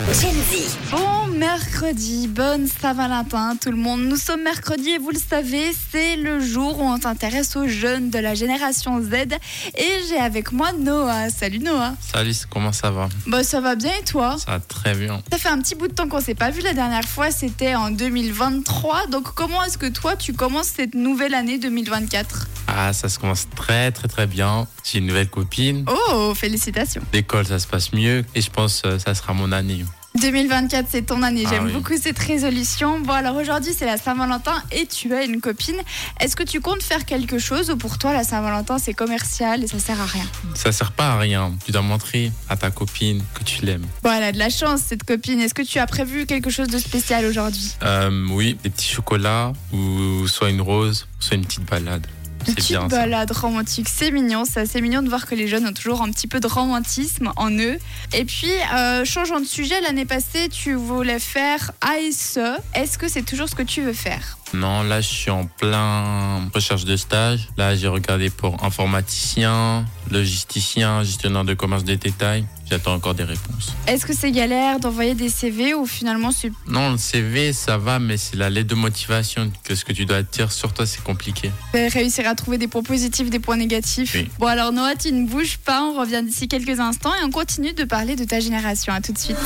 Gen Z. Bon mercredi, bonne Saint-Valentin tout le monde. Nous sommes mercredi et vous le savez, c'est le jour où on s'intéresse aux jeunes de la génération Z. Et j'ai avec moi Noah. Salut Noah. Salut, comment ça va? Bah ça va bien et toi? Ça va très bien. Ça fait un petit bout de temps qu'on s'est pas vu. La dernière fois c'était en 2023. Donc comment est-ce que toi tu commences cette nouvelle année 2024? Ah, ça se commence très bien. J'ai une nouvelle copine. Oh, félicitations. L'école, ça se passe mieux. Et je pense que ça sera mon année. 2024, c'est ton année. J'aime oui. beaucoup cette résolution. Bon, alors aujourd'hui, c'est la Saint-Valentin et tu as une copine. Est-ce que tu comptes faire quelque chose ou pour toi, la Saint-Valentin, c'est commercial et ça sert à rien? Ça sert pas à rien. Tu dois montrer à ta copine que tu l'aimes. Bon, elle a de la chance, cette copine. Est-ce que tu as prévu quelque chose de spécial aujourd'hui? Oui, des petits chocolats ou soit une rose, soit une petite balade. Une C'est petite bien ça. balade romantique, c'est mignon. C'est assez mignon de voir que les jeunes ont toujours un petit peu de romantisme en eux. Et puis, changeant de sujet, l'année passée, tu voulais faire ASE. Est-ce que c'est toujours ce que tu veux faire? Non, là, je suis en plein recherche de stage. Là, j'ai regardé pour informaticien, logisticien, gestionnaire de commerce de détail. J'attends encore des réponses. Est-ce que c'est galère d'envoyer des CV ou finalement c'est... Non, le CV, ça va, mais c'est la lettre de motivation que ce que tu dois dire sur toi, c'est compliqué. réussir à trouver des points positifs, des points négatifs? Oui. Bon alors Noah, tu ne bouges pas, on revient d'ici quelques instants et on continue de parler de ta génération. À tout de suite.